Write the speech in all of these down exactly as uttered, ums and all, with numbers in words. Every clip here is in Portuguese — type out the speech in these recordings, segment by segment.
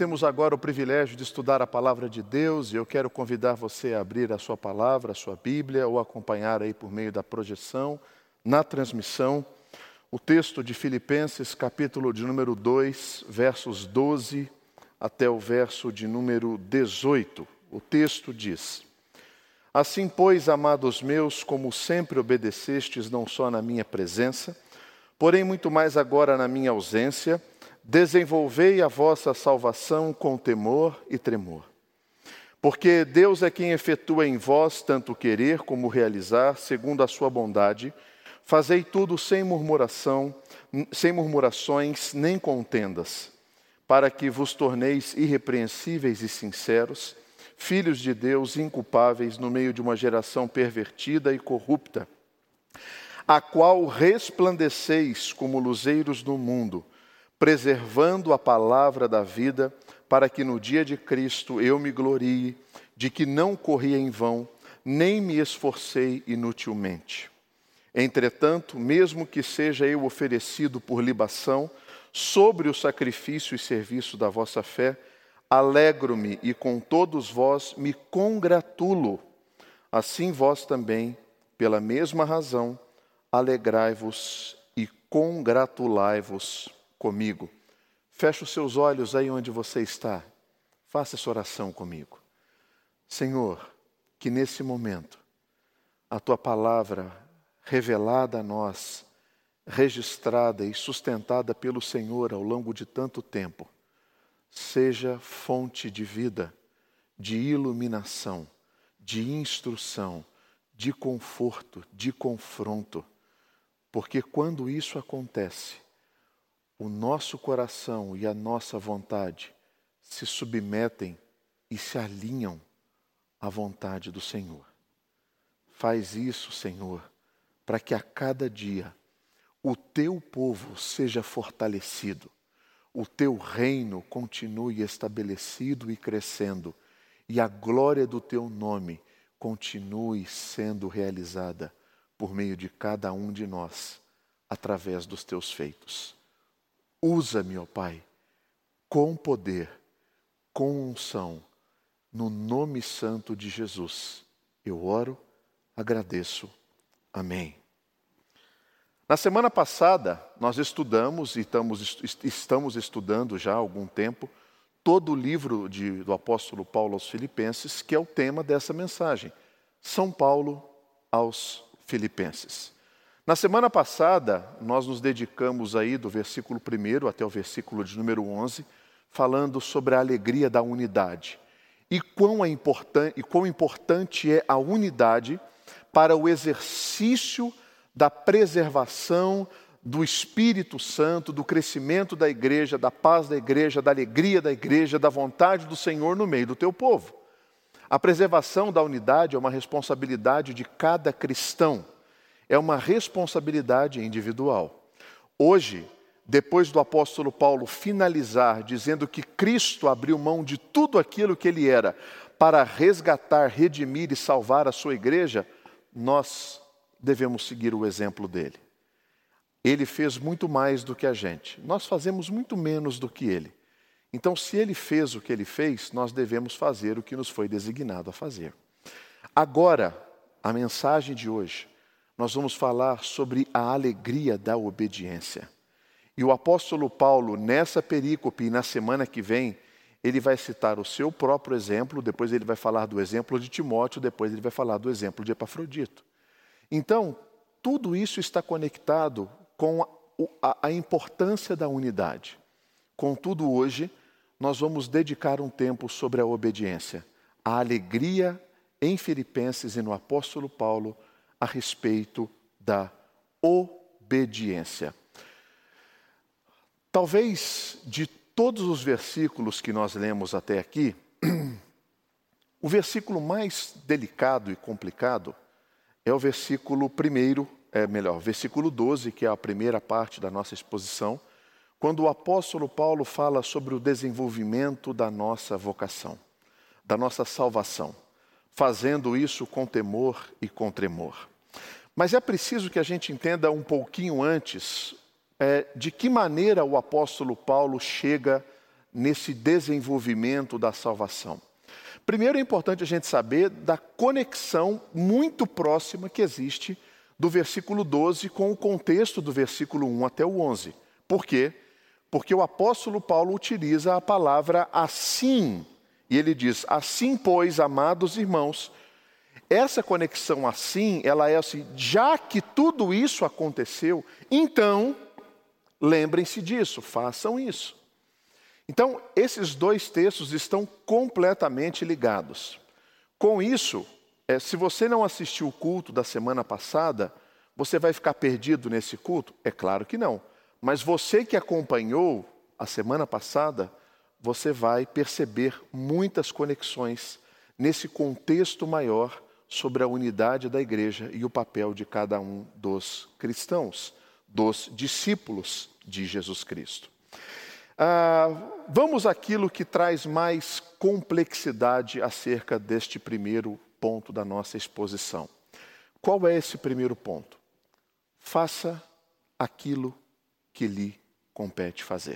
temos agora o privilégio de estudar a palavra de Deus e eu quero convidar você a abrir a sua palavra, a sua Bíblia, ou acompanhar aí por meio da projeção, na transmissão, o texto de Filipenses, capítulo de número dois, versos doze até o verso de número dezoito. O texto diz: Assim, pois, amados meus, como sempre obedecestes, não só na minha presença, porém muito mais agora na minha ausência, desenvolvei a vossa salvação com temor e tremor. Porque Deus é quem efetua em vós tanto querer como realizar, segundo a sua bondade. Fazei tudo sem murmuração, sem murmurações nem contendas, para que vos torneis irrepreensíveis e sinceros, filhos de Deus inculpáveis no meio de uma geração pervertida e corrupta, a qual resplandeceis como luzeiros no mundo, preservando a palavra da vida, para que no dia de Cristo eu me glorie, de que não corri em vão, nem me esforcei inutilmente. Entretanto, mesmo que seja eu oferecido por libação, sobre o sacrifício e serviço da vossa fé, alegro-me e com todos vós me congratulo. Assim vós também, pela mesma razão, alegrai-vos e congratulai-vos comigo. Feche os seus olhos aí onde você está. Faça essa oração comigo. Senhor, que nesse momento a Tua palavra revelada a nós, registrada e sustentada pelo Senhor ao longo de tanto tempo, seja fonte de vida, de iluminação, de instrução, de conforto, de confronto. Porque quando isso acontece, o nosso coração e a nossa vontade se submetem e se alinham à vontade do Senhor. Faz isso, Senhor, para que a cada dia o Teu povo seja fortalecido, o Teu reino continue estabelecido e crescendo, e a glória do Teu nome continue sendo realizada por meio de cada um de nós, através dos Teus feitos. Usa-me, ó Pai, com poder, com unção, no nome santo de Jesus. Eu oro, agradeço. Amém. Na semana passada, nós estudamos, e estamos, estamos estudando já há algum tempo, todo o livro de, do apóstolo Paulo aos Filipenses, que é o tema dessa mensagem. São Paulo aos Filipenses. Na semana passada, nós nos dedicamos aí do versículo primeiro até o versículo de número onze, falando sobre a alegria da unidade. E quão, é importan- e quão importante é a unidade para o exercício da preservação do Espírito Santo, do crescimento da igreja, da paz da igreja, da alegria da igreja, da vontade do Senhor no meio do teu povo. A preservação da unidade é uma responsabilidade de cada cristão. É uma responsabilidade individual. Hoje, depois do apóstolo Paulo finalizar dizendo que Cristo abriu mão de tudo aquilo que ele era para resgatar, redimir e salvar a sua igreja, nós devemos seguir o exemplo dele. Ele fez muito mais do que a gente. Nós fazemos muito menos do que ele. Então, se ele fez o que ele fez, nós devemos fazer o que nos foi designado a fazer. Agora, a mensagem de hoje, nós vamos falar sobre a alegria da obediência. E o apóstolo Paulo, nessa perícope e na semana que vem, ele vai citar o seu próprio exemplo, depois ele vai falar do exemplo de Timóteo, depois ele vai falar do exemplo de Epafrodito. Então, tudo isso está conectado com a, a, a importância da unidade. Contudo, hoje, nós vamos dedicar um tempo sobre a obediência, a alegria em Filipenses e no apóstolo Paulo, a respeito da obediência. Talvez de todos os versículos que nós lemos até aqui, o versículo mais delicado e complicado é o versículo primeiro, é melhor, versículo doze, que é a primeira parte da nossa exposição, quando o apóstolo Paulo fala sobre o desenvolvimento da nossa vocação, da nossa salvação, fazendo isso com temor e com tremor. Mas é preciso que a gente entenda um pouquinho antes é, de que maneira o apóstolo Paulo chega nesse desenvolvimento da salvação? Primeiro é importante a gente saber da conexão muito próxima que existe do versículo doze com o contexto do versículo um até o onze. Por quê? Porque o apóstolo Paulo utiliza a palavra assim. E ele diz, assim pois, amados irmãos, essa conexão assim, ela é assim, já que tudo isso aconteceu, então, lembrem-se disso, façam isso. Então, esses dois textos estão completamente ligados. Com isso, é, se você não assistiu o culto da semana passada, você vai ficar perdido nesse culto? É claro que não. Mas você que acompanhou a semana passada, você vai perceber muitas conexões nesse contexto maior sobre a unidade da igreja e o papel de cada um dos cristãos, dos discípulos de Jesus Cristo. Ah, vamos àquilo que traz mais complexidade acerca deste primeiro ponto da nossa exposição. Qual é esse primeiro ponto? Faça aquilo que lhe compete fazer.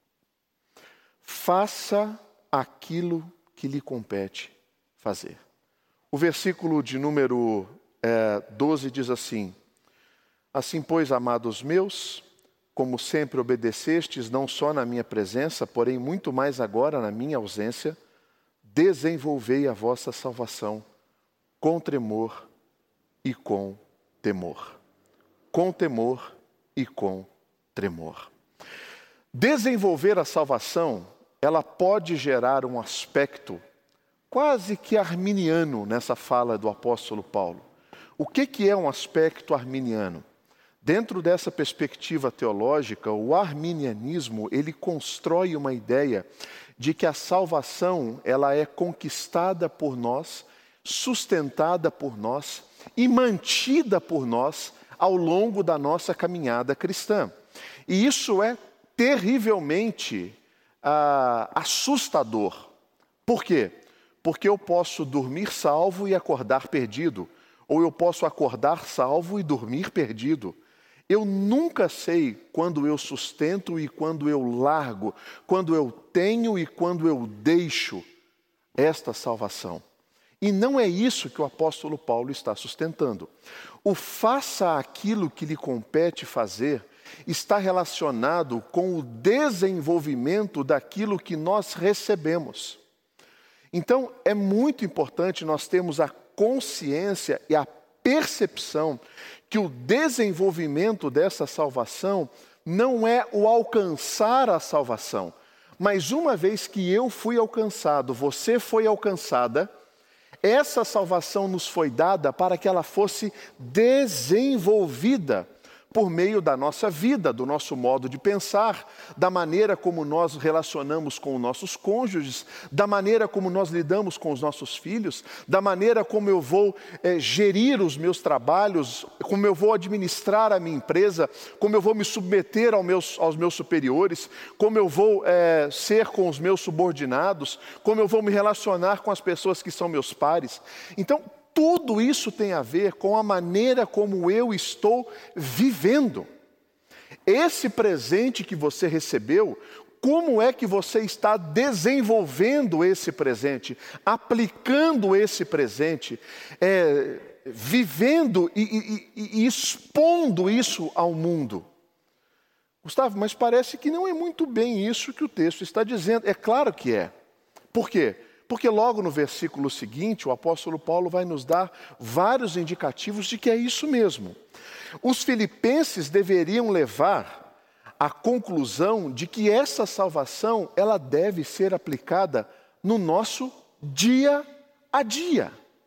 Faça aquilo que lhe compete fazer. O versículo de número é, doze diz assim, assim, pois, amados meus, como sempre obedecestes, não só na minha presença, porém muito mais agora na minha ausência, desenvolvei a vossa salvação com tremor e com temor. Com temor e com tremor. Desenvolver a salvação, ela pode gerar um aspecto quase que arminiano nessa fala do apóstolo Paulo. O que que é um aspecto arminiano? Dentro dessa perspectiva teológica, o arminianismo, ele constrói uma ideia de que a salvação, ela é conquistada por nós, sustentada por nós e mantida por nós ao longo da nossa caminhada cristã. E isso é terrivelmente ah, assustador. Por quê? Porque eu posso dormir salvo e acordar perdido, ou eu posso acordar salvo e dormir perdido. Eu nunca sei quando eu sustento e quando eu largo, quando eu tenho e quando eu deixo esta salvação. E não é isso que o apóstolo Paulo está sustentando. O faça aquilo que lhe compete fazer está relacionado com o desenvolvimento daquilo que nós recebemos. Então, é muito importante nós termos a consciência e a percepção que o desenvolvimento dessa salvação não é o alcançar a salvação, mas uma vez que eu fui alcançado, você foi alcançada, essa salvação nos foi dada para que ela fosse desenvolvida por meio da nossa vida, do nosso modo de pensar, da maneira como nós relacionamos com os nossos cônjuges, da maneira como nós lidamos com os nossos filhos, da maneira como eu vou é, gerir os meus trabalhos, como eu vou administrar a minha empresa, como eu vou me submeter aos meus, aos meus superiores, como eu vou é, ser com os meus subordinados, como eu vou me relacionar com as pessoas que são meus pares. Então, tudo isso tem a ver com a maneira como eu estou vivendo. Esse presente que você recebeu, como é que você está desenvolvendo esse presente, aplicando esse presente, é, vivendo e, e, e expondo isso ao mundo? Gustavo, mas parece que não é muito bem isso que o texto está dizendo. É claro que é. Por quê? Porque logo no versículo seguinte, o apóstolo Paulo vai nos dar vários indicativos de que é isso mesmo. Os filipenses deveriam levar à conclusão de que essa salvação, ela deve ser aplicada no nosso dia a dia.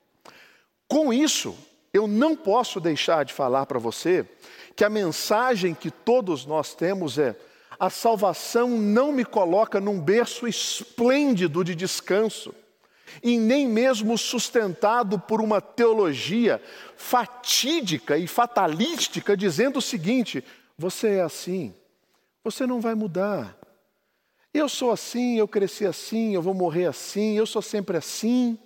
Com isso, eu não posso deixar de falar para você que a mensagem que todos nós temos é: a salvação não me coloca num berço esplêndido de descanso, e nem mesmo sustentado por uma teologia fatídica e fatalística, dizendo o seguinte: você é assim, você não vai mudar. Eu sou assim, eu cresci assim, eu vou morrer assim, eu sou sempre assim.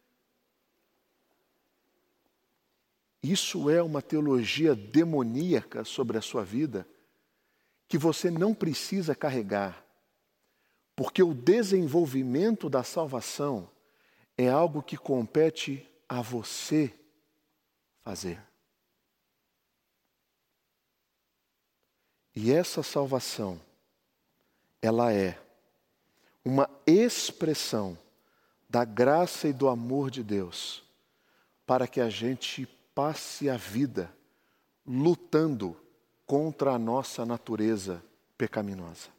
Isso é uma teologia demoníaca sobre a sua vida, que você não precisa carregar. Porque o desenvolvimento da salvação é algo que compete a você fazer. E essa salvação, ela é uma expressão da graça e do amor de Deus para que a gente passe a vida lutando contra a nossa natureza pecaminosa.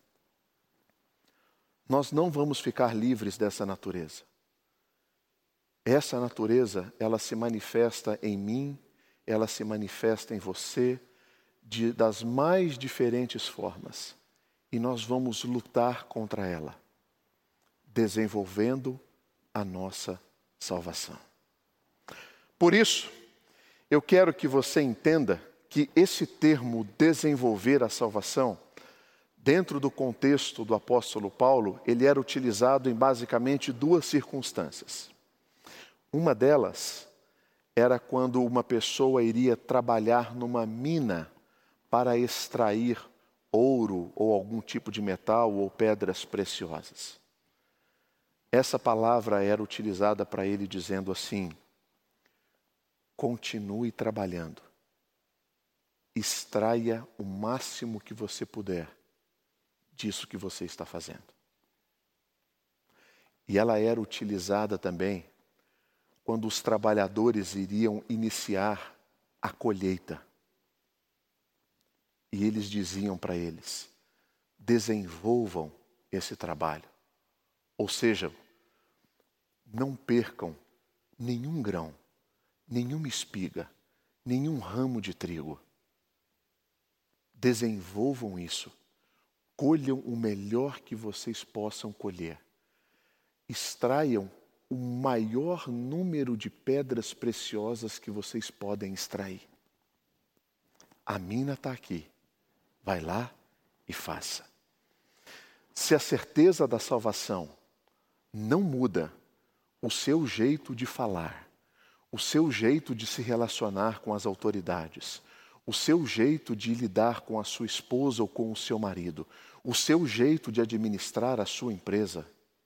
Nós não vamos ficar livres dessa natureza. Essa natureza, ela se manifesta em mim, ela se manifesta em você, de, das mais diferentes formas. E nós vamos lutar contra ela, desenvolvendo a nossa salvação. Por isso, eu quero que você entenda que esse termo desenvolver a salvação, dentro do contexto do apóstolo Paulo, ele era utilizado em basicamente duas circunstâncias. Uma delas era quando uma pessoa iria trabalhar numa mina para extrair ouro ou algum tipo de metal ou pedras preciosas. Essa palavra era utilizada para ele dizendo assim: continue trabalhando, extraia o máximo que você puder disso que você está fazendo. E ela era utilizada também quando os trabalhadores iriam iniciar a colheita. E eles diziam para eles: desenvolvam esse trabalho. Ou seja, não percam nenhum grão, nenhuma espiga, nenhum ramo de trigo. Desenvolvam isso. Colham o melhor que vocês possam colher. Extraiam o maior número de pedras preciosas que vocês podem extrair. A mina está aqui. Vai lá e faça. Se a certeza da salvação não muda o seu jeito de falar, o seu jeito de se relacionar com as autoridades, o seu jeito de lidar com a sua esposa ou com o seu marido, o seu jeito de administrar a sua empresa,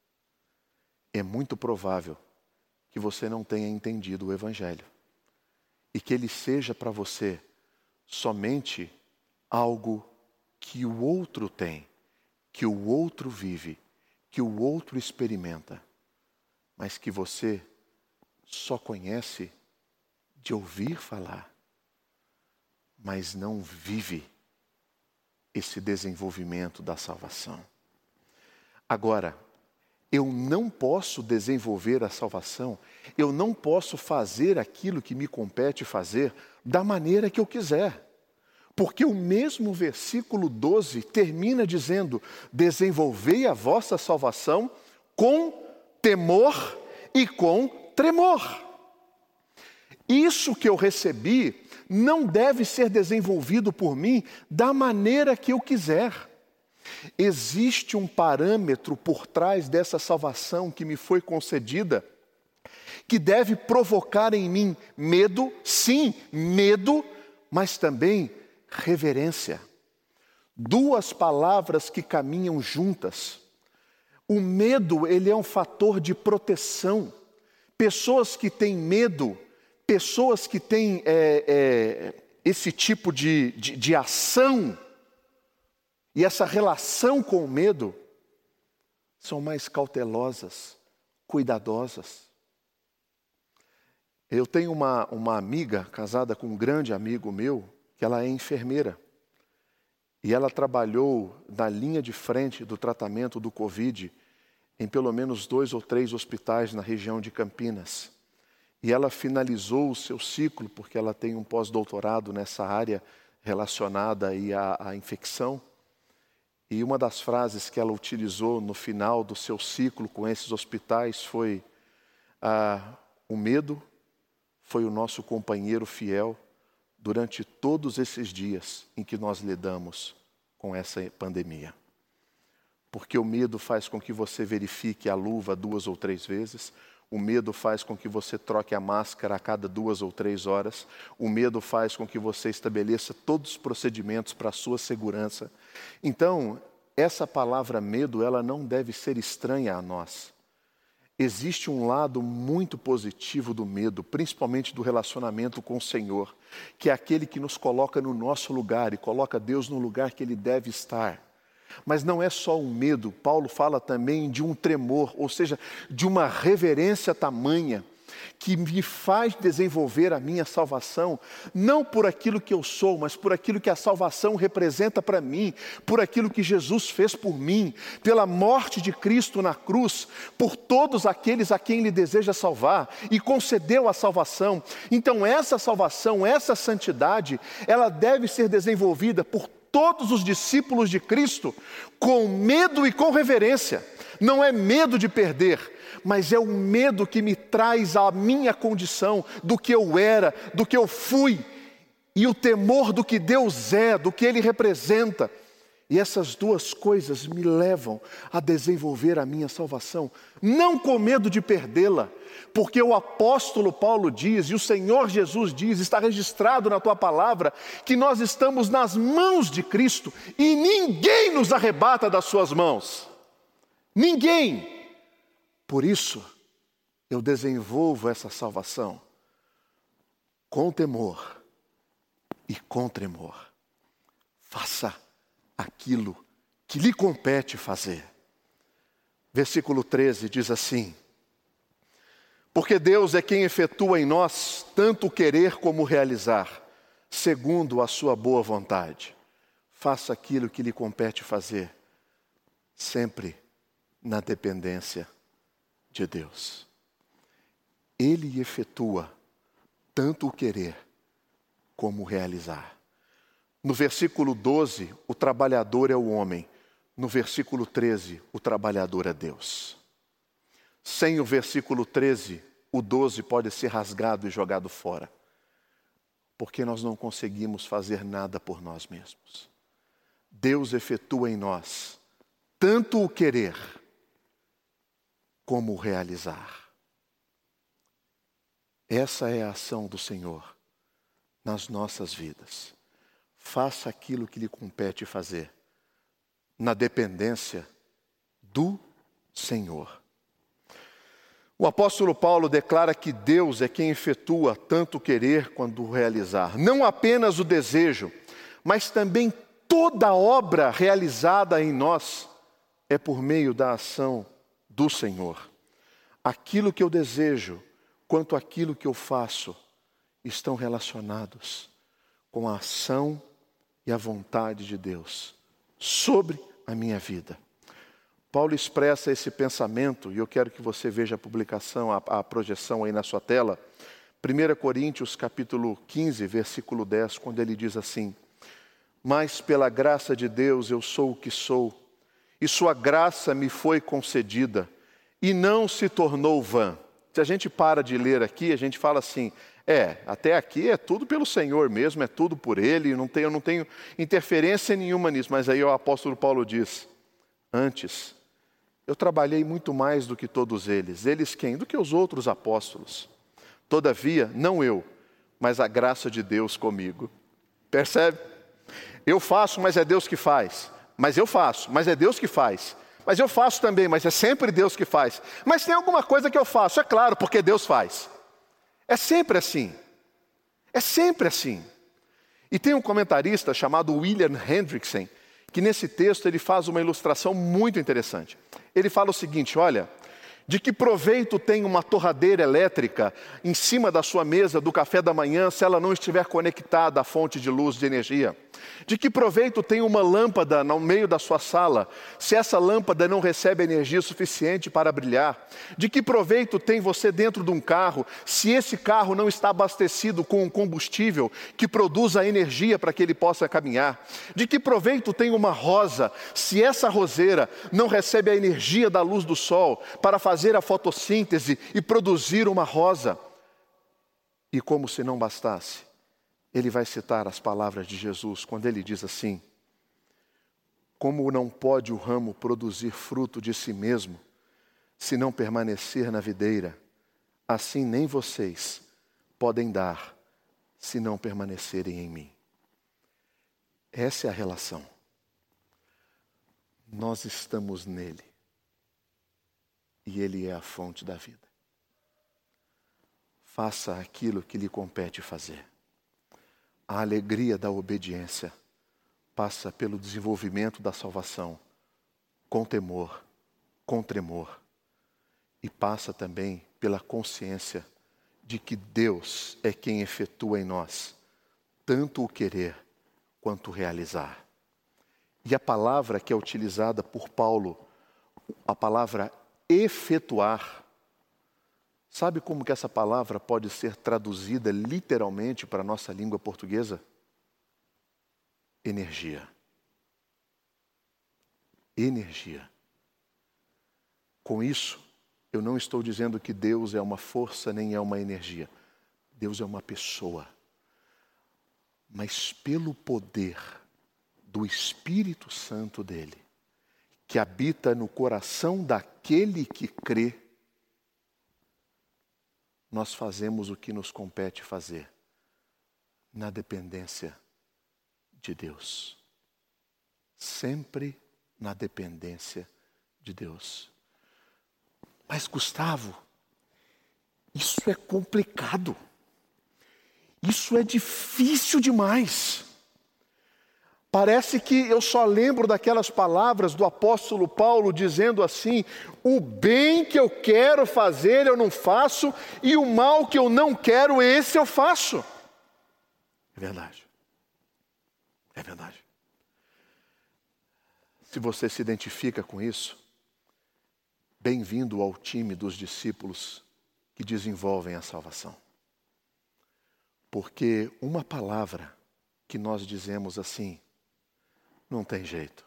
é muito provável que você não tenha entendido o Evangelho e que ele seja para você somente algo que o outro tem, que o outro vive, que o outro experimenta, mas que você só conhece de ouvir falar, mas não vive esse desenvolvimento da salvação. Agora, eu não posso desenvolver a salvação, eu não posso fazer aquilo que me compete fazer da maneira que eu quiser. Porque o mesmo versículo doze termina dizendo: desenvolvei a vossa salvação com temor e com tremor. Isso que eu recebi não deve ser desenvolvido por mim da maneira que eu quiser. Existe um parâmetro por trás dessa salvação que me foi concedida, que deve provocar em mim medo, sim, medo, mas também reverência. Duas palavras que caminham juntas. O medo, ele é um fator de proteção. Pessoas que têm medo, pessoas que têm é, é, esse tipo de, de, de ação e essa relação com o medo, são mais cautelosas, cuidadosas. Eu tenho uma, uma amiga casada com um grande amigo meu, que ela é enfermeira. E ela trabalhou na linha de frente do tratamento do Covid em pelo menos dois ou três hospitais na região de Campinas. E ela finalizou o seu ciclo, porque ela tem um pós-doutorado nessa área relacionada aí à, à infecção. E uma das frases que ela utilizou no final do seu ciclo com esses hospitais foi: ah, o medo foi o nosso companheiro fiel durante todos esses dias em que nós lidamos com essa pandemia. Porque o medo faz com que você verifique a luva duas ou três vezes, o medo faz com que você troque a máscara a cada duas ou três horas, o medo faz com que você estabeleça todos os procedimentos para a sua segurança. Então, essa palavra medo, ela não deve ser estranha a nós. Existe um lado muito positivo do medo, principalmente do relacionamento com o Senhor, que é aquele que nos coloca no nosso lugar e coloca Deus no lugar que Ele deve estar. Mas não é só um medo, Paulo fala também de um tremor, ou seja, de uma reverência tamanha, que me faz desenvolver a minha salvação, não por aquilo que eu sou, mas por aquilo que a salvação representa para mim, por aquilo que Jesus fez por mim, pela morte de Cristo na cruz, por todos aqueles a quem Ele deseja salvar e concedeu a salvação. Então essa salvação, essa santidade, ela deve ser desenvolvida por todos os discípulos de Cristo com medo e com reverência. Não é medo de perder, mas é o medo que me traz a minha condição, do que eu era, do que eu fui, e o temor do que Deus é, do que Ele representa. E essas duas coisas me levam a desenvolver a minha salvação, não com medo de perdê-la, porque o apóstolo Paulo diz, e o Senhor Jesus diz, está registrado na tua palavra, que nós estamos nas mãos de Cristo, e ninguém nos arrebata das suas mãos. Ninguém. Por isso, eu desenvolvo essa salvação com temor e com tremor. Faça aquilo que lhe compete fazer. Versículo treze diz assim: porque Deus é quem efetua em nós tanto o querer como o realizar, segundo a sua boa vontade. Faça aquilo que lhe compete fazer, sempre na dependência de Deus. Ele efetua tanto o querer como o realizar. No versículo doze, o trabalhador é o homem. No versículo treze, o trabalhador é Deus. Sem o versículo treze, o doze pode ser rasgado e jogado fora, porque nós não conseguimos fazer nada por nós mesmos. Deus efetua em nós tanto o querer como o realizar. Essa é a ação do Senhor nas nossas vidas. Faça aquilo que lhe compete fazer, na dependência do Senhor. O apóstolo Paulo declara que Deus é quem efetua tanto o querer quanto o realizar. Não apenas o desejo, mas também toda a obra realizada em nós é por meio da ação do Senhor. Aquilo que eu desejo, quanto aquilo que eu faço, estão relacionados com a ação e a vontade de Deus sobre a minha vida. Paulo expressa esse pensamento, e eu quero que você veja a publicação, a, a projeção aí na sua tela. primeira Coríntios capítulo quinze, versículo dez, quando ele diz assim: mas pela graça de Deus eu sou o que sou, e sua graça me foi concedida, e não se tornou vã. Se a gente para de ler aqui, a gente fala assim, é, até aqui é tudo pelo Senhor mesmo, é tudo por Ele, não tenho, eu não tenho interferência nenhuma nisso. Mas aí o apóstolo Paulo diz, antes, eu trabalhei muito mais do que todos eles. Eles quem? Do que os outros apóstolos. Todavia, não eu, mas a graça de Deus comigo. Percebe? Eu faço, mas é Deus que faz. Mas eu faço, mas é Deus que faz. Mas eu faço também, mas é sempre Deus que faz. Mas tem alguma coisa que eu faço, é claro, porque Deus faz. É sempre assim. É sempre assim. E tem um comentarista chamado William Hendrickson, que nesse texto ele faz uma ilustração muito interessante. Ele fala o seguinte, olha, de que proveito tem uma torradeira elétrica em cima da sua mesa do café da manhã se ela não estiver conectada à fonte de luz de energia? De que proveito tem uma lâmpada no meio da sua sala se essa lâmpada não recebe energia suficiente para brilhar? De que proveito tem você dentro de um carro se esse carro não está abastecido com um combustível que produza energia para que ele possa caminhar? De que proveito tem uma rosa se essa roseira não recebe a energia da luz do sol para fazer a fotossíntese e produzir uma rosa? E como se não bastasse, ele vai citar as palavras de Jesus, quando ele diz assim, como não pode o ramo produzir fruto de si mesmo, se não permanecer na videira, assim nem vocês podem dar, se não permanecerem em mim. Essa é a relação. Nós estamos nele. E ele é a fonte da vida. Faça aquilo que lhe compete fazer. A alegria da obediência passa pelo desenvolvimento da salvação, com temor, com tremor. E passa também pela consciência de que Deus é quem efetua em nós tanto o querer quanto o realizar. E a palavra que é utilizada por Paulo, a palavra efetuar, sabe como que essa palavra pode ser traduzida literalmente para a nossa língua portuguesa? Energia. Energia. Com isso, eu não estou dizendo que Deus é uma força nem é uma energia. Deus é uma pessoa. Mas pelo poder do Espírito Santo dele, que habita no coração daquele que crê, nós fazemos o que nos compete fazer, na dependência de Deus. Sempre na dependência de Deus. Mas, Gustavo, isso é complicado. Isso é difícil demais. Parece que eu só lembro daquelas palavras do apóstolo Paulo dizendo assim: o bem que eu quero fazer eu não faço, e o mal que eu não quero, esse eu faço. É verdade. É verdade. Se você se identifica com isso, bem-vindo ao time dos discípulos que desenvolvem a salvação. Porque uma palavra que nós dizemos assim, não tem jeito.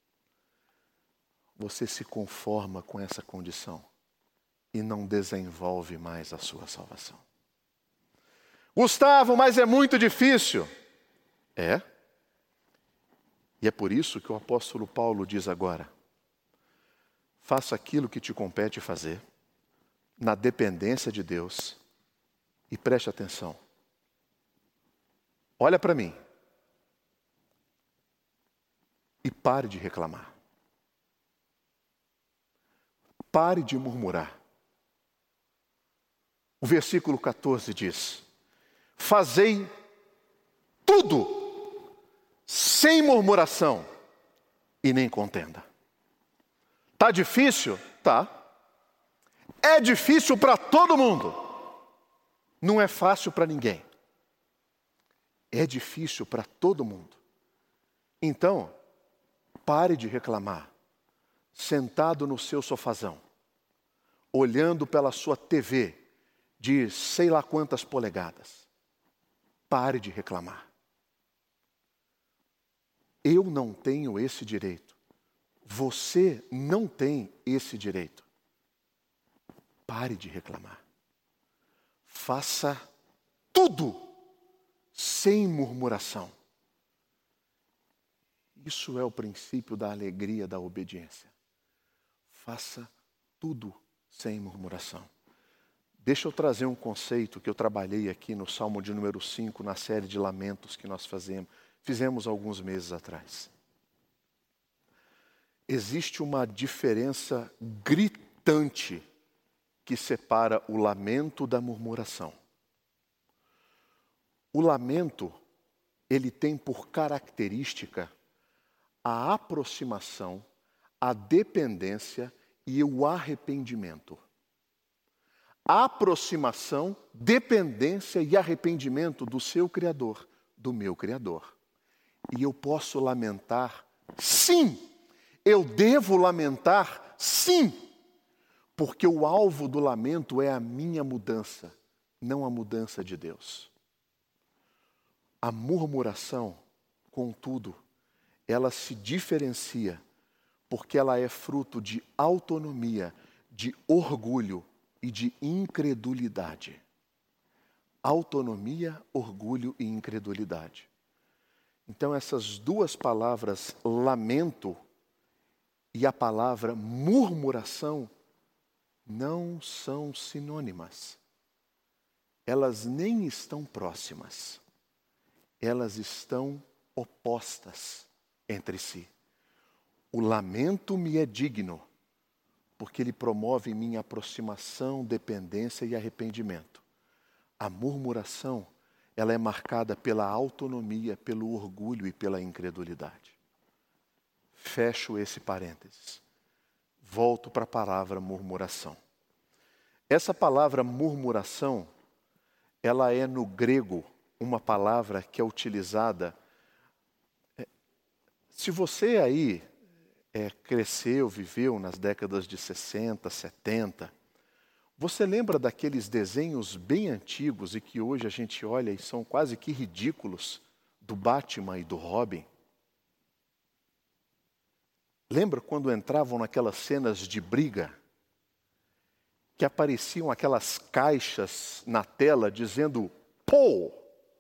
Você se conforma com essa condição e não desenvolve mais a sua salvação. Gustavo, mas é muito difícil. É. E é por isso que o apóstolo Paulo diz agora: faça aquilo que te compete fazer, na dependência de Deus, e preste atenção. Olha para mim. E pare de reclamar. Pare de murmurar. O versículo catorze diz: fazei tudo sem murmuração e nem contenda. Tá difícil? Tá. É difícil para todo mundo. Não é fácil para ninguém. É difícil para todo mundo. Então, pare de reclamar, sentado no seu sofazão, olhando pela sua T V de sei lá quantas polegadas. Pare de reclamar. Eu não tenho esse direito. Você não tem esse direito. Pare de reclamar. Faça tudo sem murmuração. Isso é o princípio da alegria da obediência. Faça tudo sem murmuração. Deixa eu trazer um conceito que eu trabalhei aqui no Salmo de número cinco, na série de lamentos que nós fazemos, fizemos alguns meses atrás. Existe uma diferença gritante que separa o lamento da murmuração. O lamento, ele tem por característica a aproximação, a dependência e o arrependimento. A aproximação, dependência e arrependimento do seu Criador, do meu Criador. E eu posso lamentar, sim, eu devo lamentar, sim, porque o alvo do lamento é a minha mudança, não a mudança de Deus. A murmuração, contudo, ela se diferencia porque ela é fruto de autonomia, de orgulho e de incredulidade. Autonomia, orgulho e incredulidade. Então essas duas palavras, lamento e a palavra murmuração, não são sinônimas. Elas nem estão próximas. Elas estão opostas entre si. O lamento me é digno, porque ele promove em mim aproximação, dependência e arrependimento. A murmuração, ela é marcada pela autonomia, pelo orgulho e pela incredulidade. Fecho esse parênteses. Volto para a palavra murmuração. Essa palavra murmuração, ela é no grego uma palavra que é utilizada. Se você aí é, cresceu, viveu nas décadas de sessenta, setenta, você lembra daqueles desenhos bem antigos e que hoje a gente olha e são quase que ridículos, do Batman e do Robin? Lembra quando entravam naquelas cenas de briga? Que apareciam aquelas caixas na tela dizendo pô,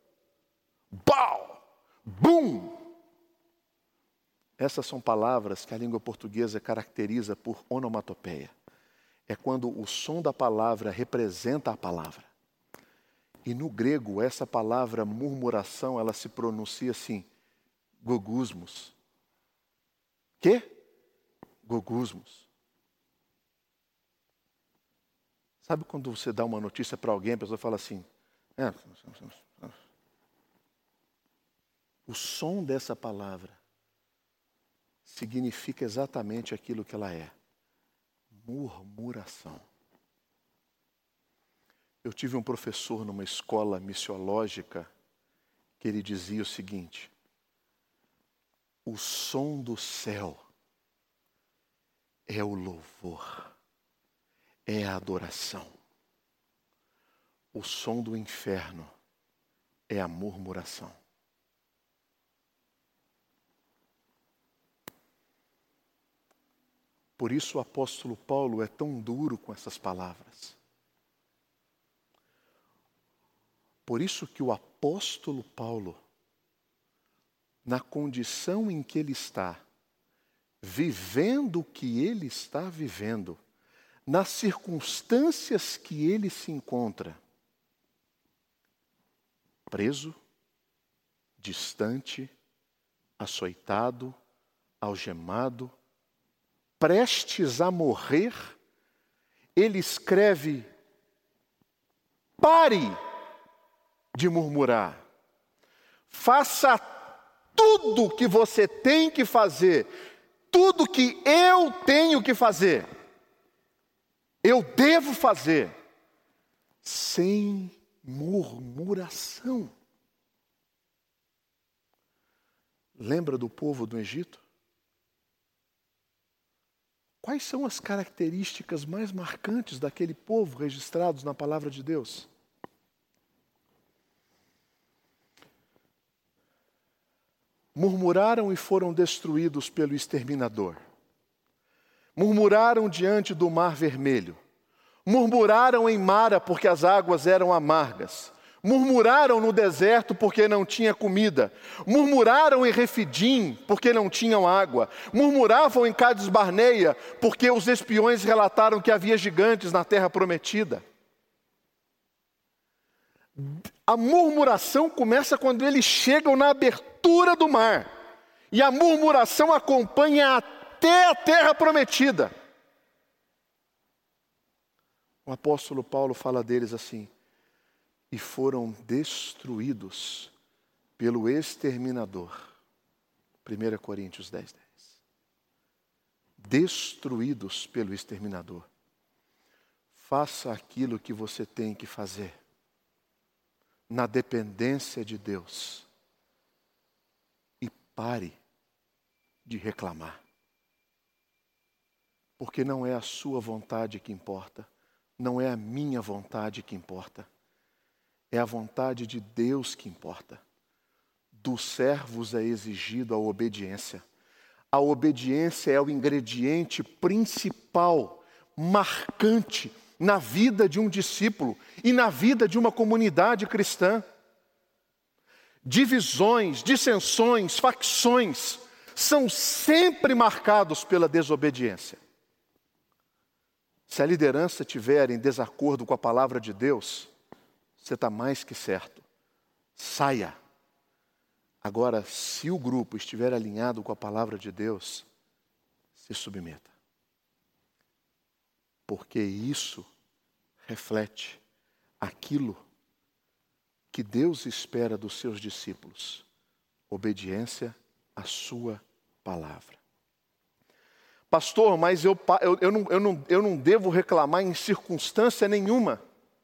bau, bum. Essas são palavras que a língua portuguesa caracteriza por onomatopeia. É quando o som da palavra representa a palavra. E no grego, essa palavra murmuração, ela se pronuncia assim, gogusmos. Quê? Gogusmos. Sabe quando você dá uma notícia para alguém, a pessoa fala assim, é, o som dessa palavra significa exatamente aquilo que ela é. Murmuração. Eu tive um professor numa escola missiológica que ele dizia o seguinte: o som do céu é o louvor, é a adoração. O som do inferno é a murmuração. Por isso o apóstolo Paulo é tão duro com essas palavras. Por isso que o apóstolo Paulo, na condição em que ele está, vivendo o que ele está vivendo, nas circunstâncias que ele se encontra, preso, distante, açoitado, algemado, prestes a morrer, ele escreve: pare de murmurar, faça tudo o que você tem que fazer, tudo que eu tenho que fazer, eu devo fazer, sem murmuração. Lembra do povo do Egito? Quais são as características mais marcantes daquele povo registrados na palavra de Deus? Murmuraram e foram destruídos pelo exterminador. Murmuraram diante do Mar Vermelho. Murmuraram em Mara porque as águas eram amargas. Murmuraram no deserto porque não tinha comida. Murmuraram em Refidim porque não tinham água. Murmuravam em Cades Barneia porque os espiões relataram que havia gigantes na terra prometida. A murmuração começa quando eles chegam na abertura do mar. E a murmuração acompanha até a terra prometida. O apóstolo Paulo fala deles assim: e foram destruídos pelo exterminador. primeira Coríntios dez, dez. Destruídos pelo exterminador. Faça aquilo que você tem que fazer, na dependência de Deus. E pare de reclamar. Porque não é a sua vontade que importa, não é a minha vontade que importa. É a vontade de Deus que importa. Dos servos é exigida a obediência. A obediência é o ingrediente principal, marcante, na vida de um discípulo e na vida de uma comunidade cristã. Divisões, dissensões, facções são sempre marcados pela desobediência. Se a liderança estiver em desacordo com a palavra de Deus, você está mais que certo. Saia. Agora, se o grupo estiver alinhado com a palavra de Deus, se submeta. Porque isso reflete aquilo que Deus espera dos seus discípulos: obediência à sua palavra. Pastor, mas eu, eu, eu, não, eu, não, eu não devo reclamar em circunstância nenhuma.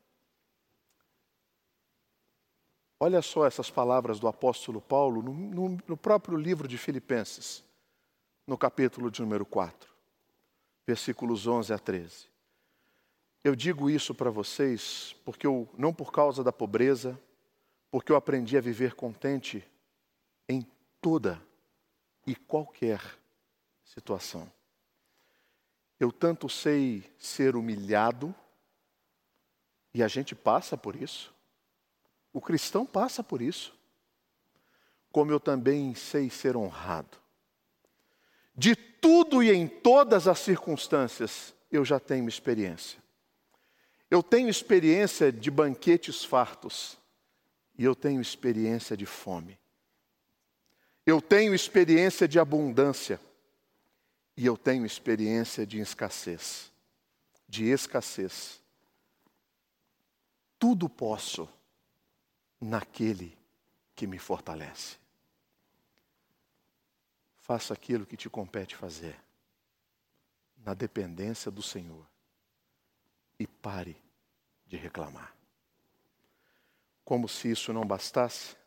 Olha só essas palavras do apóstolo Paulo no, no, no próprio livro de Filipenses, no capítulo de número quatro, versículos onze a treze. Eu digo isso para vocês porque eu, não por causa da pobreza, porque eu aprendi a viver contente em toda e qualquer situação. Eu tanto sei ser humilhado, e a gente passa por isso, o cristão passa por isso, como eu também sei ser honrado. De tudo e em todas as circunstâncias, eu já tenho experiência. Eu tenho experiência de banquetes fartos, e eu tenho experiência de fome. Eu tenho experiência de abundância, e eu tenho experiência de escassez. De escassez. Tudo posso naquele que me fortalece. Faça aquilo que te compete fazer, na dependência do Senhor, e pare de reclamar. Como se isso não bastasse,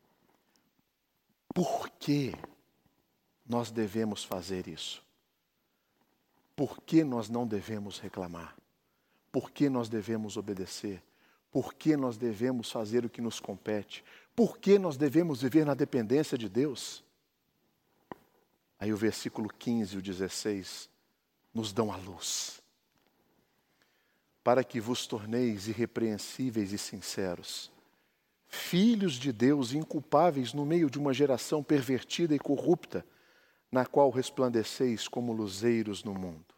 por que nós devemos fazer isso? Por que nós não devemos reclamar? Por que nós devemos obedecer? Por que nós devemos fazer o que nos compete? Por que nós devemos viver na dependência de Deus? Aí o versículo quinze e o dezesseis nos dão a luz. Para que vos torneis irrepreensíveis e sinceros, filhos de Deus inculpáveis no meio de uma geração pervertida e corrupta, na qual resplandeceis como luzeiros no mundo.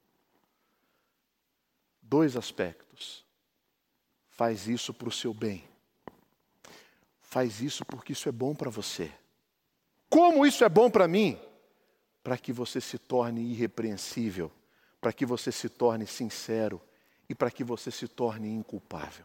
Dois aspectos. Faz isso para o seu bem. Faz isso porque isso é bom para você. Como isso é bom para mim? Para que você se torne irrepreensível, para que você se torne sincero e para que você se torne inculpável.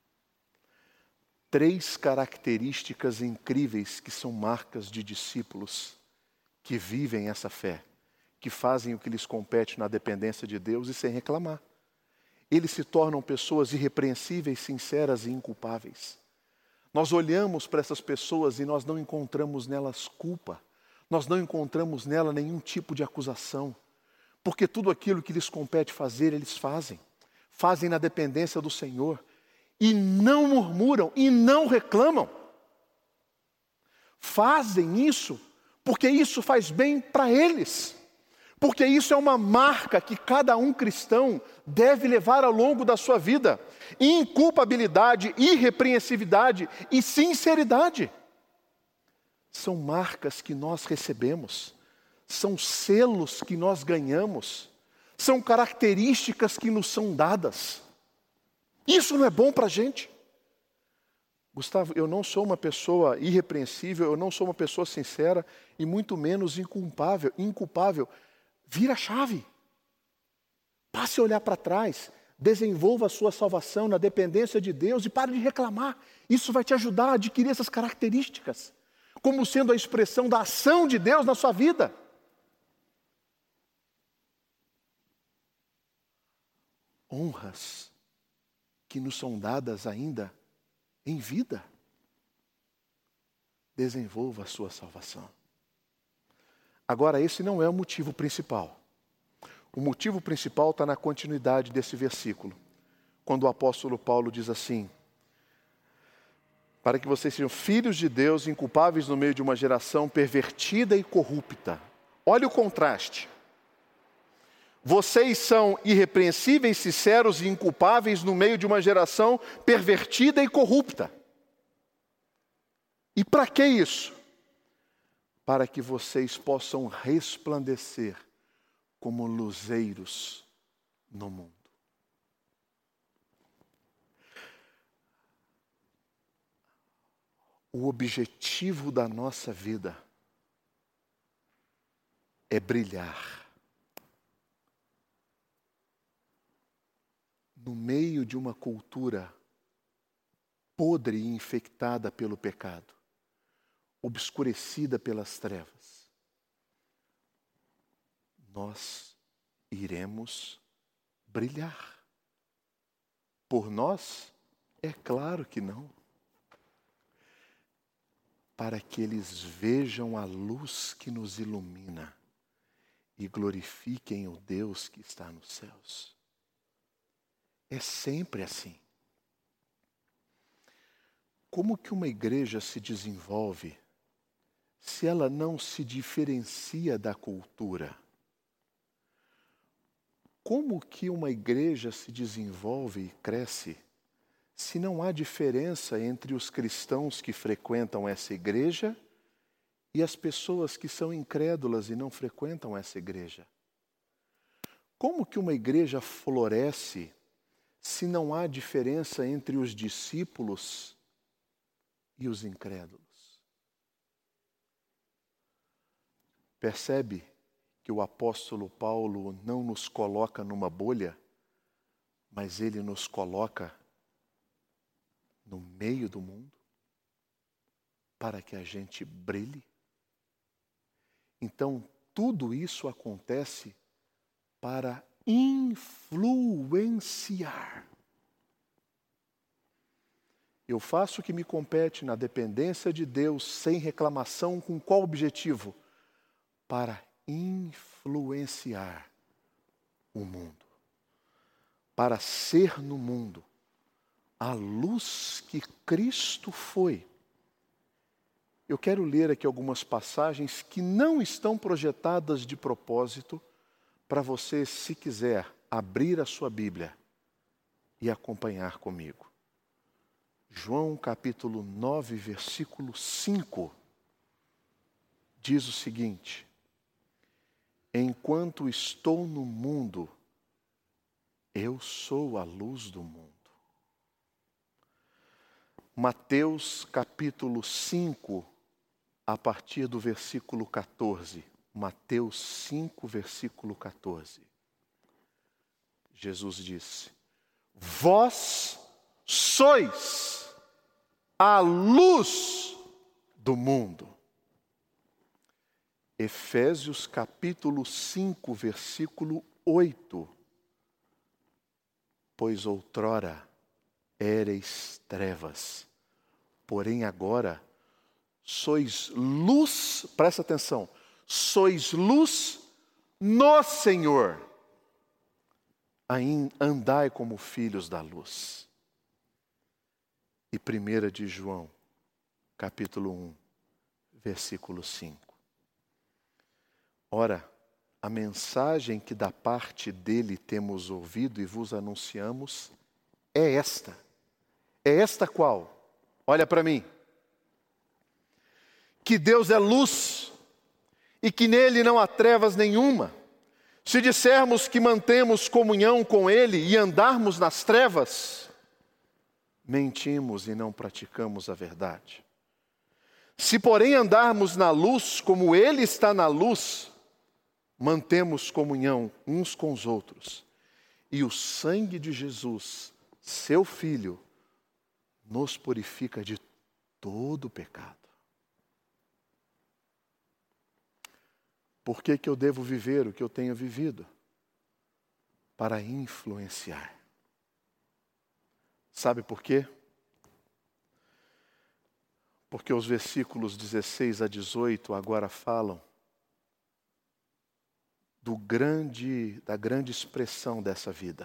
Três características incríveis que são marcas de discípulos que vivem essa fé, que fazem o que lhes compete na dependência de Deus e sem reclamar. Eles se tornam pessoas irrepreensíveis, sinceras e inculpáveis. Nós olhamos para essas pessoas e nós não encontramos nelas culpa. Nós não encontramos nela nenhum tipo de acusação. Porque tudo aquilo que lhes compete fazer, eles fazem. Fazem na dependência do Senhor. E não murmuram, e não reclamam. Fazem isso porque isso faz bem para eles. Porque isso é uma marca que cada um cristão deve levar ao longo da sua vida. Inculpabilidade, irrepreensividade e sinceridade. São marcas que nós recebemos. São selos que nós ganhamos. São características que nos são dadas. Isso não é bom para a gente? Gustavo, eu não sou uma pessoa irrepreensível, eu não sou uma pessoa sincera e muito menos inculpável. Inculpável. Vira a chave. Passe a olhar para trás. Desenvolva a sua salvação na dependência de Deus e pare de reclamar. Isso vai te ajudar a adquirir essas características, como sendo a expressão da ação de Deus na sua vida. Honras que nos são dadas ainda em vida. Desenvolva a sua salvação. Agora, esse não é o motivo principal. O motivo principal está na continuidade desse versículo, quando o apóstolo Paulo diz assim: para que vocês sejam filhos de Deus, inculpáveis no meio de uma geração pervertida e corrupta. Olha o contraste. Vocês são irrepreensíveis, sinceros e inculpáveis no meio de uma geração pervertida e corrupta. E para que isso? Para que vocês possam resplandecer como luzeiros no mundo. O objetivo da nossa vida é brilhar no meio de uma cultura podre e infectada pelo pecado, obscurecida pelas trevas, nós iremos brilhar. Por nós? É claro que não. Para que eles vejam a luz que nos ilumina e glorifiquem o Deus que está nos céus. É sempre assim. Como que uma igreja se desenvolve se ela não se diferencia da cultura? Como que uma igreja se desenvolve e cresce se não há diferença entre os cristãos que frequentam essa igreja e as pessoas que são incrédulas e não frequentam essa igreja? Como que uma igreja floresce se não há diferença entre os discípulos e os incrédulos? Percebe que o apóstolo Paulo não nos coloca numa bolha, mas ele nos coloca no meio do mundo para que a gente brilhe? Então, tudo isso acontece para influenciar. Eu faço o que me compete na dependência de Deus, sem reclamação, com qual objetivo? Para influenciar o mundo. Para ser no mundo a luz que Cristo foi. Eu quero ler aqui algumas passagens que não estão projetadas de propósito, para você, se quiser, abrir a sua Bíblia e acompanhar comigo. João capítulo nove, versículo cinco, diz o seguinte: enquanto estou no mundo, eu sou a luz do mundo. Mateus capítulo cinco, a partir do versículo quatorze. Mateus cinco, versículo quatorze. Jesus disse: vós sois a luz do mundo. Efésios capítulo cinco, versículo oito. Pois outrora éreis trevas, porém agora sois luz, presta atenção, sois luz no Senhor. Andai como filhos da luz. E primeira de João, capítulo um, versículo cinco. Ora, a mensagem que da parte dele temos ouvido e vos anunciamos é esta. É esta qual? Olha para mim. Que Deus é luz e que nele não há trevas nenhuma. Se dissermos que mantemos comunhão com ele e andarmos nas trevas, mentimos e não praticamos a verdade. Se, porém, andarmos na luz como ele está na luz, mantemos comunhão uns com os outros. E o sangue de Jesus, seu Filho, nos purifica de todo pecado. Por que que eu devo viver o que eu tenho vivido? Para influenciar. Sabe por quê? Porque os versículos dezesseis a dezoito agora falam do grande, da grande expressão dessa vida,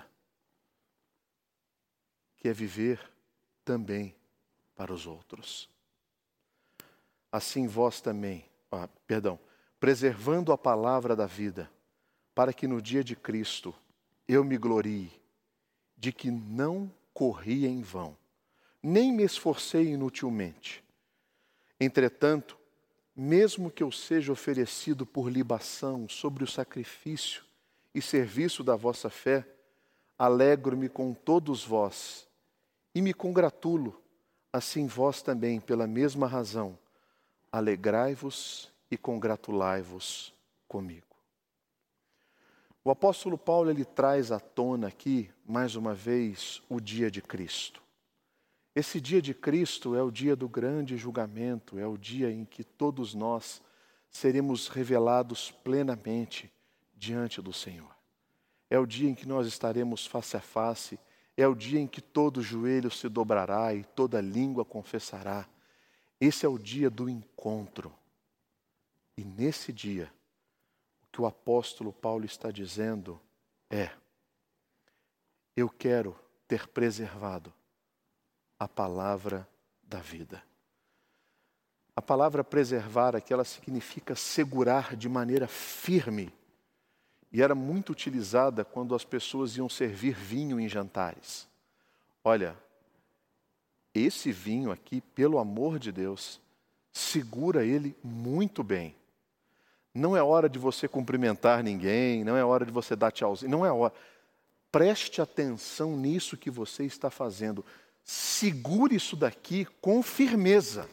que é viver também para os outros. Assim vós também, ah, perdão, preservando a palavra da vida, para que no dia de Cristo eu me glorie de que não corri em vão, nem me esforcei inutilmente. Entretanto, mesmo que eu seja oferecido por libação sobre o sacrifício e serviço da vossa fé, alegro-me com todos vós e me congratulo, assim vós também, pela mesma razão, alegrai-vos e congratulai-vos comigo. O apóstolo Paulo ele traz à tona aqui, mais uma vez, o dia de Cristo. Esse dia de Cristo é o dia do grande julgamento, é o dia em que todos nós seremos revelados plenamente diante do Senhor. É o dia em que nós estaremos face a face, é o dia em que todo joelho se dobrará e toda língua confessará. Esse é o dia do encontro. E nesse dia, o que o apóstolo Paulo está dizendo é: eu quero ter preservado a palavra da vida. A palavra preservar aqui, ela significa segurar de maneira firme. E era muito utilizada quando as pessoas iam servir vinho em jantares. Olha, esse vinho aqui, pelo amor de Deus, segura ele muito bem. Não é hora de você cumprimentar ninguém, não é hora de você dar tchauzinho, não é hora. Preste atenção nisso que você está fazendo. Segure isso daqui com firmeza.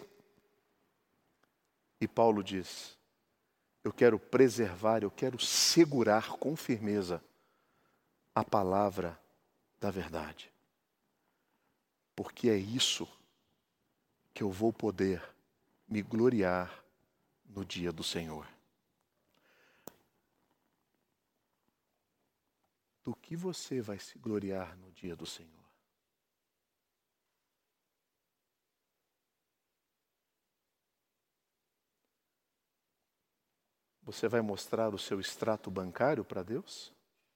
E Paulo diz: eu quero preservar, eu quero segurar com firmeza a palavra da verdade. Porque é isso que eu vou poder me gloriar no dia do Senhor. Do que você vai se gloriar no dia do Senhor? Você vai mostrar o seu extrato bancário para Deus?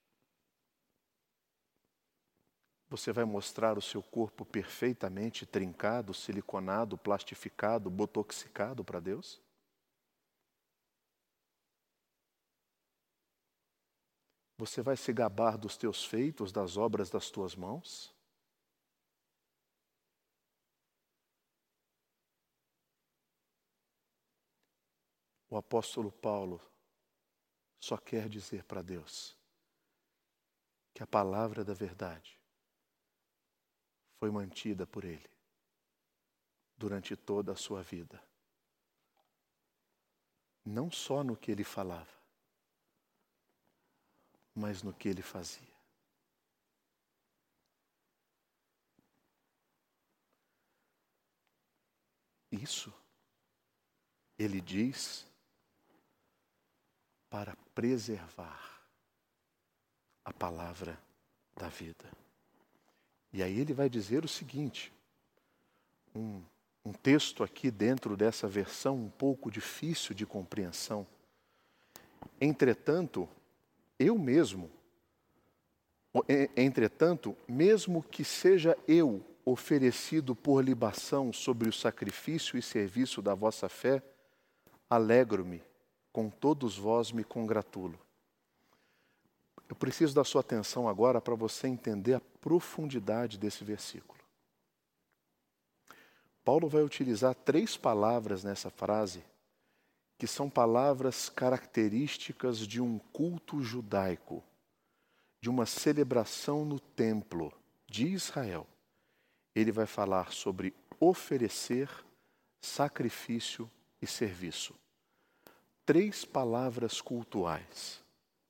Você vai mostrar o seu corpo perfeitamente trincado, siliconado, plastificado, botoxicado para Deus? Você vai se gabar dos teus feitos, das obras das tuas mãos? O apóstolo Paulo só quer dizer para Deus que a palavra da verdade foi mantida por ele durante toda a sua vida. Não só no que ele falava, mas no que ele fazia. Isso ele diz para preservar a palavra da vida. E aí ele vai dizer o seguinte, um, um texto aqui dentro dessa versão um pouco difícil de compreensão. Entretanto, eu mesmo, entretanto, mesmo que seja eu oferecido por libação sobre o sacrifício e serviço da vossa fé, alegro-me, com todos vós me congratulo. Eu preciso da sua atenção agora para você entender a profundidade desse versículo. Paulo vai utilizar três palavras nessa frase, que são palavras características de um culto judaico, de uma celebração no templo de Israel. Ele vai falar sobre oferecer, sacrifício e serviço. Três palavras cultuais.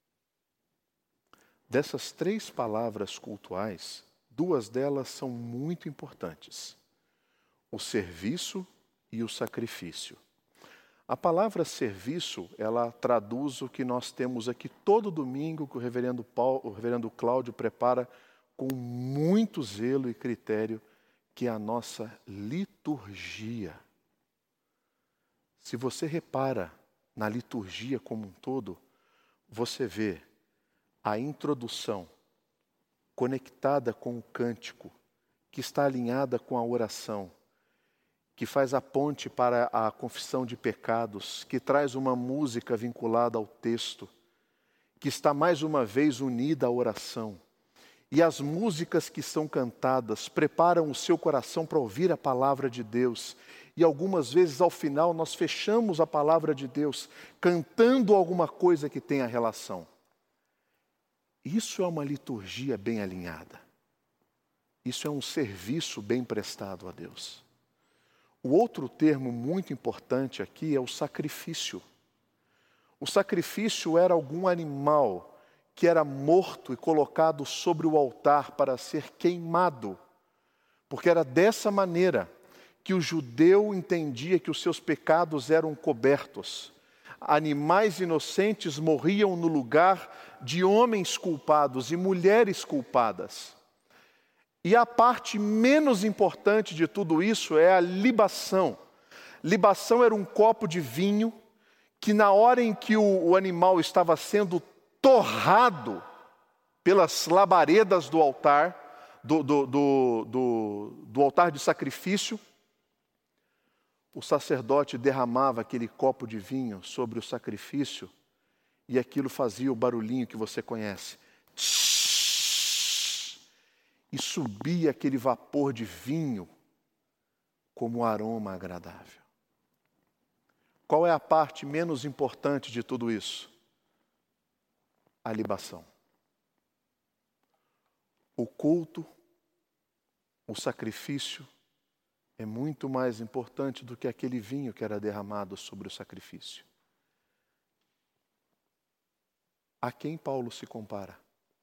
Dessas três palavras cultuais, duas delas são muito importantes: o serviço e o sacrifício. A palavra serviço, ela traduz o que nós temos aqui todo domingo, que o reverendo, Paulo, o reverendo Cláudio prepara com muito zelo e critério, que é a nossa liturgia. Se você repara na liturgia como um todo, você vê a introdução conectada com o cântico, que está alinhada com a oração, que faz a ponte para a confissão de pecados, que traz uma música vinculada ao texto, que está mais uma vez unida à oração. E as músicas que são cantadas preparam o seu coração para ouvir a palavra de Deus. E algumas vezes, ao final, nós fechamos a palavra de Deus cantando alguma coisa que tenha relação. Isso é uma liturgia bem alinhada. Isso é um serviço bem prestado a Deus. O outro termo muito importante aqui é o sacrifício. O sacrifício era algum animal que era morto e colocado sobre o altar para ser queimado, porque era dessa maneira que o judeu entendia que os seus pecados eram cobertos. Animais inocentes morriam no lugar de homens culpados e mulheres culpadas. E a parte menos importante de tudo isso é a libação. Libação era um copo de vinho que, na hora em que o, o animal estava sendo torrado pelas labaredas do altar, do, do, do, do, do altar de sacrifício, o sacerdote derramava aquele copo de vinho sobre o sacrifício e aquilo fazia o barulhinho que você conhece. E subia aquele vapor de vinho como um aroma agradável. Qual é a parte menos importante de tudo isso? A libação. O culto, o sacrifício, é muito mais importante do que aquele vinho que era derramado sobre o sacrifício. A quem Paulo se compara?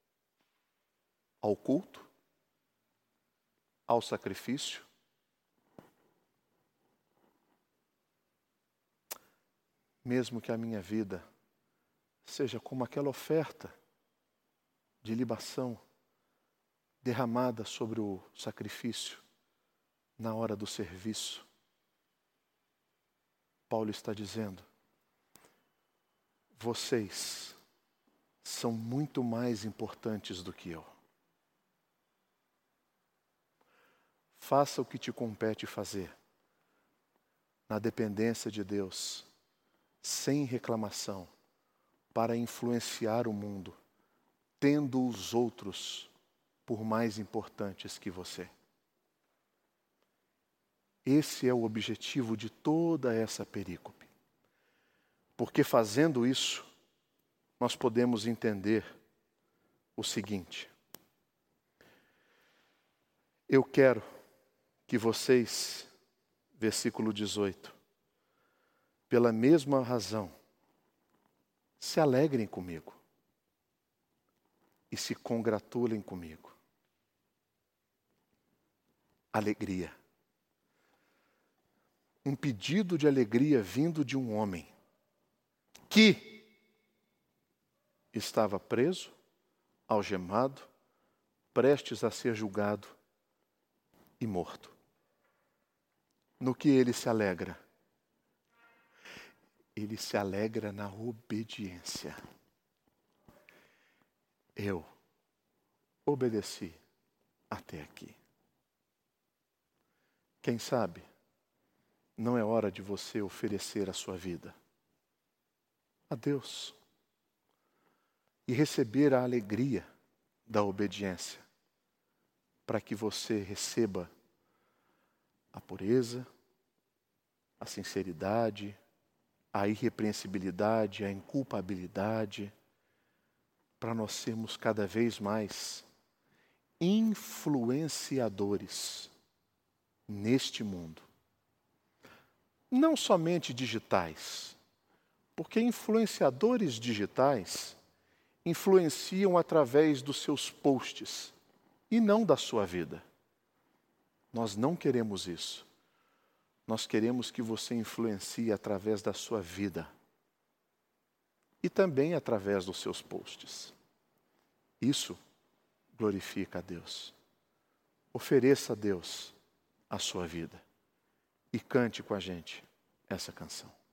Ao culto? Ao sacrifício? Mesmo que a minha vida seja como aquela oferta de libação derramada sobre o sacrifício na hora do serviço, Paulo está dizendo: vocês são muito mais importantes do que eu. Faça o que te compete fazer, na dependência de Deus, sem reclamação, para influenciar o mundo, tendo os outros por mais importantes que você. Esse é o objetivo de toda essa perícope. Porque fazendo isso, nós podemos entender o seguinte: eu quero que vocês, versículo dezoito, pela mesma razão, se alegrem comigo e se congratulem comigo. Alegria. Um pedido de alegria vindo de um homem que estava preso, algemado, prestes a ser julgado e morto. No que ele se alegra? Ele se alegra na obediência. Eu obedeci até aqui. Quem sabe, não é hora de você oferecer a sua vida a Deus e receber a alegria da obediência, para que você receba a pureza, a sinceridade, a irrepreensibilidade, a inculpabilidade, para nós sermos cada vez mais influenciadores neste mundo. Não somente digitais, porque influenciadores digitais influenciam através dos seus posts e não da sua vida. Nós não queremos isso. Nós queremos que você influencie através da sua vida e também através dos seus posts. Isso glorifica a Deus. Ofereça a Deus a sua vida e cante com a gente essa canção.